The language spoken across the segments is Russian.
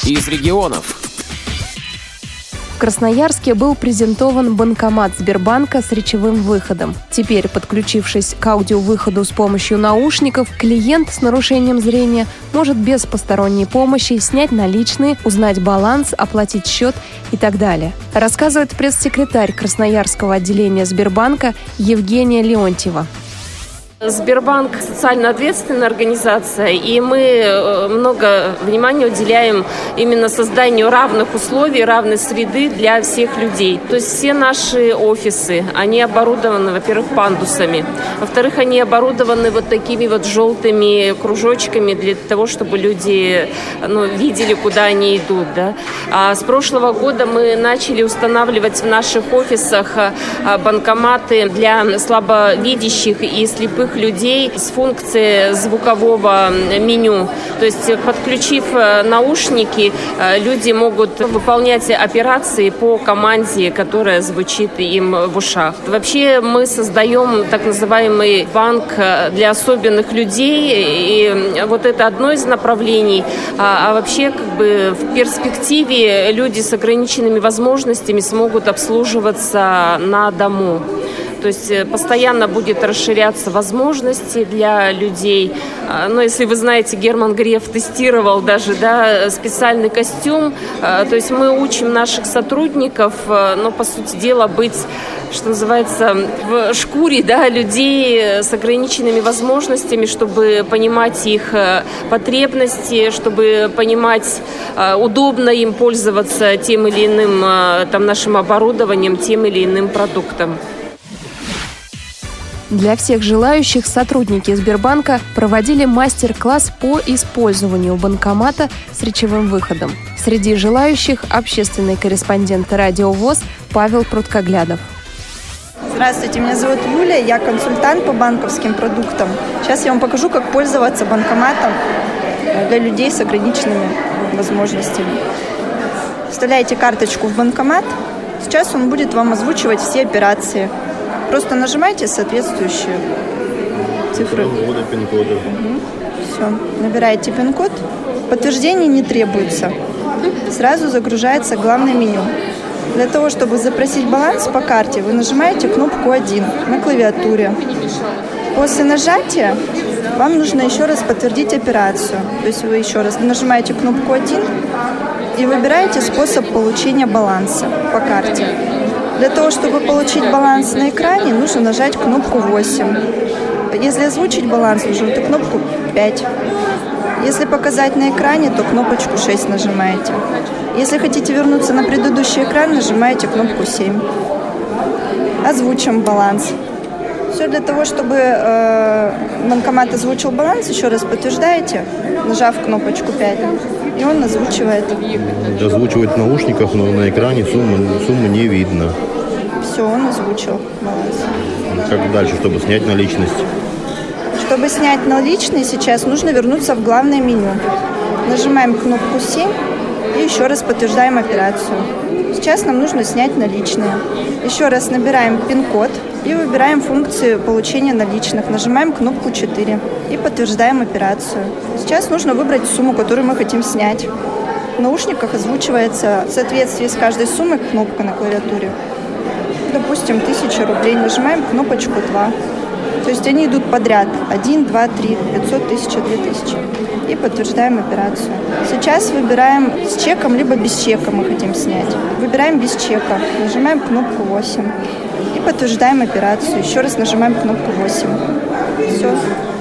из регионов. В Красноярске был презентован банкомат Сбербанка с речевым выходом. Теперь, подключившись к аудиовыходу с помощью наушников, клиент с нарушением зрения может без посторонней помощи снять наличные, узнать баланс, оплатить счет и так далее. Рассказывает пресс-секретарь Красноярского отделения Сбербанка Евгения Леонтьева. Сбербанк – социально ответственная организация, и мы много внимания уделяем именно созданию равных условий, равной среды для всех людей. То есть все наши офисы, они оборудованы, во-первых, пандусами, во-вторых, они оборудованы вот такими вот желтыми кружочками для того, чтобы люди видели, куда они идут. Да? А с прошлого года мы начали устанавливать в наших офисах банкоматы для слабовидящих и слепых людей с функцией звукового меню. То есть, подключив наушники, люди могут выполнять операции по команде, которая звучит им в ушах. Вообще мы создаем так называемый банк для особенных людей, и вот это одно из направлений. А вообще в перспективе люди с ограниченными возможностями смогут обслуживаться на дому. То есть постоянно будет расширяться возможности для людей. Но если вы знаете, Герман Греф тестировал даже специальный костюм. То есть мы учим наших сотрудников, по сути дела, быть, что называется, в шкуре людей с ограниченными возможностями, чтобы понимать их потребности, чтобы понимать, удобно им пользоваться тем или иным нашим оборудованием, тем или иным продуктом. Для всех желающих сотрудники Сбербанка проводили мастер-класс по использованию банкомата с речевым выходом. Среди желающих общественный корреспондент Радио ВОС Павел Пруткоглядов. Здравствуйте, меня зовут Юлия, я консультант по банковским продуктам. Сейчас я вам покажу, как пользоваться банкоматом для людей с ограниченными возможностями. Вставляете карточку в банкомат, сейчас он будет вам озвучивать все операции. Просто нажимайте соответствующие цифры. Ввода пин-кода. Все. Набираете пин-код. Подтверждение не требуется. Сразу загружается главное меню. Для того, чтобы запросить баланс по карте, вы нажимаете кнопку 1 на клавиатуре. После нажатия вам нужно еще раз подтвердить операцию. То есть вы еще раз нажимаете кнопку 1 и выбираете способ получения баланса по карте. Для того, чтобы получить баланс на экране, нужно нажать кнопку 8. Если озвучить баланс, нужно кнопку 5. Если показать на экране, то кнопочку 6 нажимаете. Если хотите вернуться на предыдущий экран, нажимаете кнопку 7. Озвучим баланс. Все для того, чтобы банкомат озвучил баланс, еще раз подтверждаете, нажав кнопочку 5, и он озвучивает. Озвучивает в наушниках, но на экране сумму не видно. Все, он озвучил баланс. Как дальше, чтобы снять наличность? Чтобы снять наличные, сейчас нужно вернуться в главное меню. Нажимаем кнопку 7 и еще раз подтверждаем операцию. Сейчас нам нужно снять наличные. Еще раз набираем пин-код и выбираем функцию получения наличных. Нажимаем кнопку 4 и подтверждаем операцию. Сейчас нужно выбрать сумму, которую мы хотим снять. В наушниках озвучивается в соответствии с каждой суммой кнопка на клавиатуре. Допустим, 1000 рублей. Нажимаем кнопочку 2. То есть они идут подряд. 1, 2, 3, 500, 1000, 2000. И подтверждаем операцию. Сейчас выбираем с чеком, либо без чека мы хотим снять. Выбираем без чека. Нажимаем кнопку 8. И подтверждаем операцию. Еще раз нажимаем кнопку 8. Все.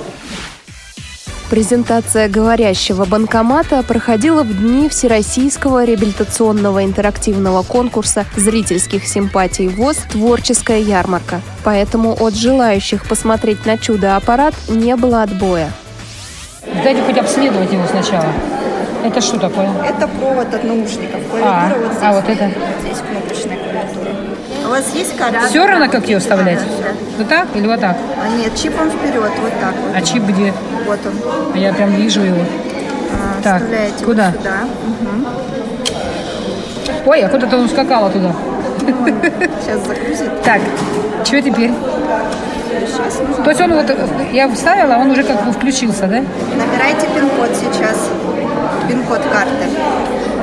Презентация говорящего банкомата проходила в дни Всероссийского реабилитационного интерактивного конкурса зрительских симпатий ВОС «Творческая ярмарка». Поэтому от желающих посмотреть на чудо-аппарат не было отбоя. Дайте хоть обследовать его сначала. Это что такое? Это провод от наушников. Клавиатура вот здесь. Вот это? Здесь кнопочная клавиатура. У вас есть карта? Все равно, как ее вставлять? Да. Вот так или вот так? Нет, чипом вперед, вот так вот. А чип где? Вот он. Я прям вижу его. Так, вставляете куда? Вот сюда. Угу. Ой, а куда-то он ускакала туда. Сейчас загрузит. Так, что теперь? То есть он вот, я вставила, он уже как бы включился, да? Набирайте пин-код сейчас. Пин-код карты.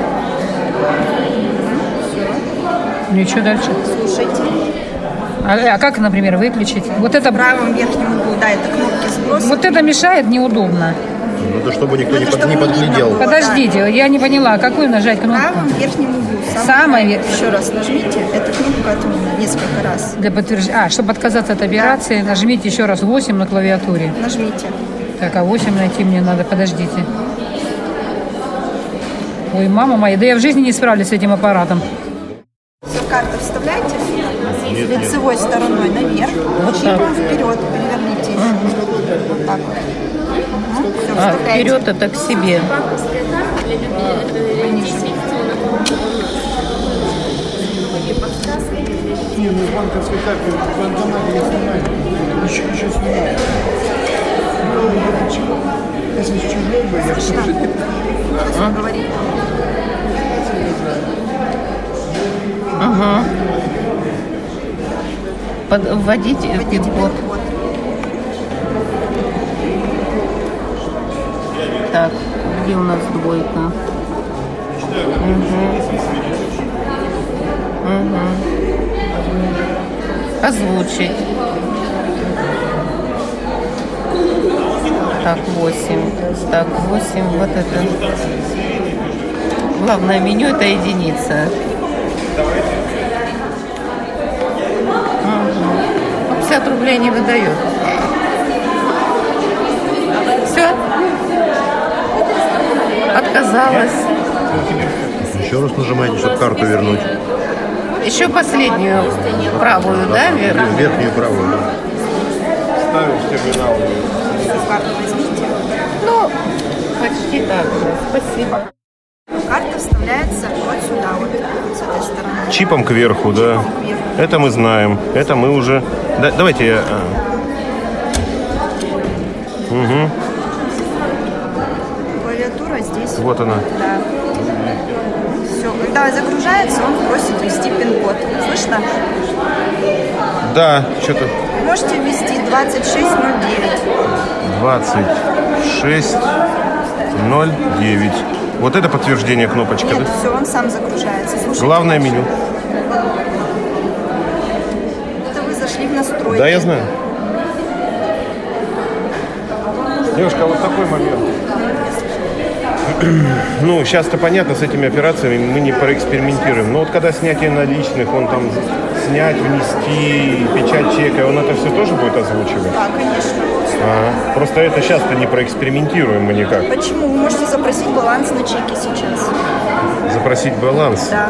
Ну и что дальше? Слушайте. А как, например, выключить? Вот это... В правом верхнем углу, да, это кнопки сброса. Вот это мешает, неудобно. Ну, это чтобы никто Это чтобы не подглядел. видно. Подождите, я не поняла, какую нажать В кнопку? правом верхнем углу. Самая верхняя. Еще раз нажмите. Эту кнопку отменить несколько раз. Для подтверждения. Чтобы отказаться от операции, нажмите еще раз 8 на клавиатуре. Нажмите. Так, а 8 найти мне надо, подождите. Ой, мама моя, да я в жизни не справлюсь с этим аппаратом. Все, карту вставляйте лицевой стороной наверх, чипом вперед, переверните. Вот так вот. Все, вставляйте. Вперед это к себе. Не, ну с банковской карты в банкомате я снимаю. Еще снимаю. Если с чужой бы, я Что говорит? Ага. Вводите пин-код. Так, где у нас двойка? Озвучить. Так, 8. Так, 8. Вот это. Главное меню это единица. 50 рублей не выдает. Все. Отказалась. Еще раз нажимаете, чтобы карту вернуть. Еще последнюю правую, да, вверх? Верхнюю правую. Да. ставишь терминал. Карту возьмите. Ну, почти так же. Спасибо. Карта вставляется вот сюда, вот с этой стороны. Чипом кверху, да. Кверху. Это мы знаем. Это мы уже... Да, давайте я... Угу. Клавиатура здесь. Вот она. Да. Все. Когда загружается, он просит ввести пин-код. Слышно? Да, что-то... Можете ввести 2609. 2609. Вот это подтверждение кнопочка, Нет, да? все, он сам загружается. Слушайте. Главное меню. Это вы зашли в настройки. Да, я знаю. Девушка, вот такой момент. Ну, сейчас-то понятно, с этими операциями мы не проэкспериментируем. Но вот когда снятие наличных, он там снять, внести, печать чека, он это все тоже будет озвучивать? Да, конечно. Просто это сейчас-то не проэкспериментируем мы никак. Почему? Вы можете запросить баланс на чеке сейчас. Запросить баланс? Да.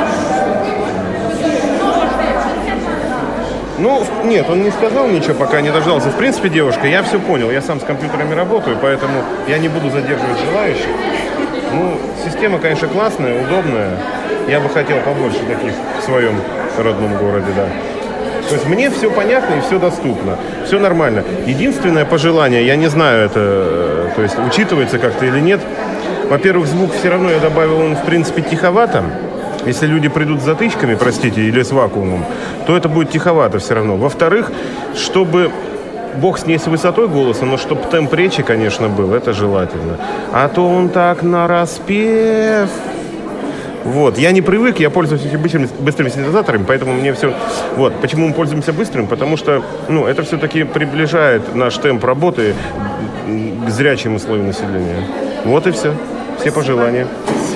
Ну, нет, он не сказал ничего, пока не дождался. В принципе, девушка, я все понял. Я сам с компьютерами работаю, поэтому я не буду задерживать желающих. Ну, система, конечно, классная, удобная. Я бы хотел побольше таких в своем родном городе, да. То есть мне все понятно и все доступно. Все нормально. Единственное пожелание, я не знаю, это, то есть учитывается как-то или нет. Во-первых, звук все равно я добавил, он, в принципе, тиховато. Если люди придут с затычками, простите, или с вакуумом, то это будет тиховато все равно. Во-вторых, чтобы, бог с ней с высотой голоса, но чтобы темп речи, конечно, был, это желательно. А то он так нараспев. Вот, я не привык, я пользуюсь быстрыми синтезаторами, поэтому мне все... Вот, почему мы пользуемся быстрым? Потому что, ну, это все-таки приближает наш темп работы к зрячему слою населения. Вот и все. Все пожелания.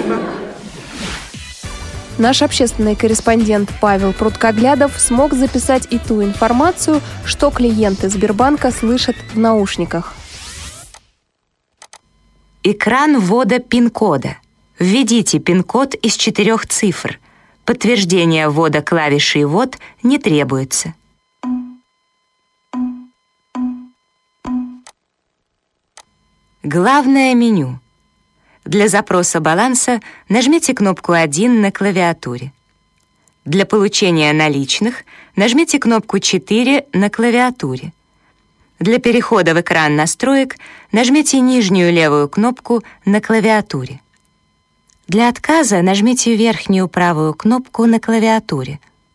Наш общественный корреспондент Павел Пруткоглядов смог записать и ту информацию, что клиенты Сбербанка слышат в наушниках. Экран ввода пин-кода. Введите пин-код из 4 цифр. Подтверждение ввода клавишей «Ввод» не требуется. Главное меню. Для запроса баланса нажмите кнопку 1 на клавиатуре. Для получения наличных нажмите кнопку 4 на клавиатуре. Для перехода в экран настроек нажмите нижнюю левую кнопку на клавиатуре. Для отказа нажмите верхнюю правую кнопку на клавиатуре.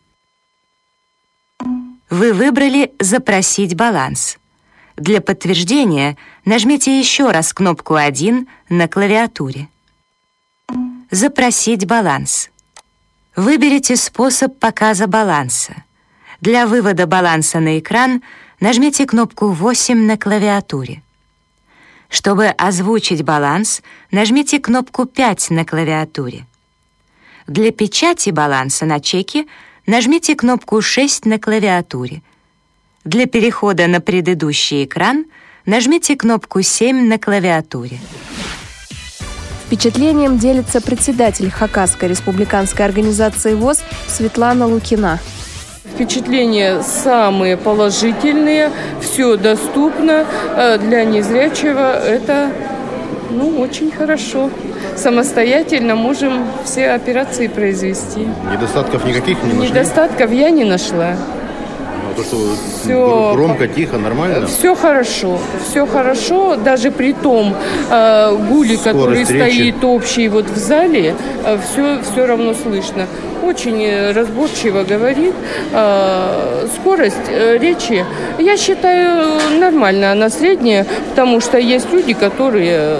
Вы выбрали «Запросить баланс». Для подтверждения нажмите еще раз кнопку 1 на клавиатуре. «Запросить баланс». Выберите способ показа баланса. Для вывода баланса на экран нажмите кнопку 8 на клавиатуре. Чтобы озвучить баланс, нажмите кнопку 5 на клавиатуре. Для печати баланса на чеке нажмите кнопку 6 на клавиатуре. Для перехода на предыдущий экран нажмите кнопку 7 на клавиатуре. Впечатлением делится председатель Хакасской республиканской организации ВОС Светлана Лукина. Впечатления самые положительные, все доступно. Для незрячего это очень хорошо. Самостоятельно можем все операции произвести. Недостатков никаких не нашли? Недостатков я не нашла. То, что все громко, тихо, нормально? Все хорошо, даже при том гуле, который стоит общий вот в зале, все равно слышно. Очень разборчиво говорит. Скорость речи, я считаю, нормально, она средняя, потому что есть люди, которые,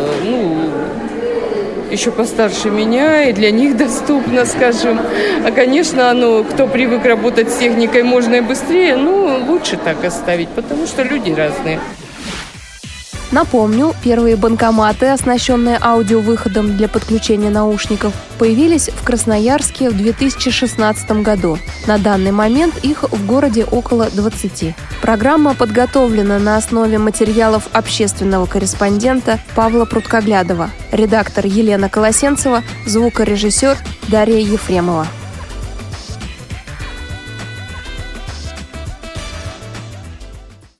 еще постарше меня, и для них доступно, скажем. А, конечно, кто привык работать с техникой, можно и быстрее, лучше так оставить, потому что люди разные. Напомню, первые банкоматы, оснащенные аудиовыходом для подключения наушников, появились в Красноярске в 2016 году. На данный момент их в городе около 20. Программа подготовлена на основе материалов общественного корреспондента Павла Пруткоглядова, редактор Елена Колосенцева, звукорежиссер Дарья Ефремова.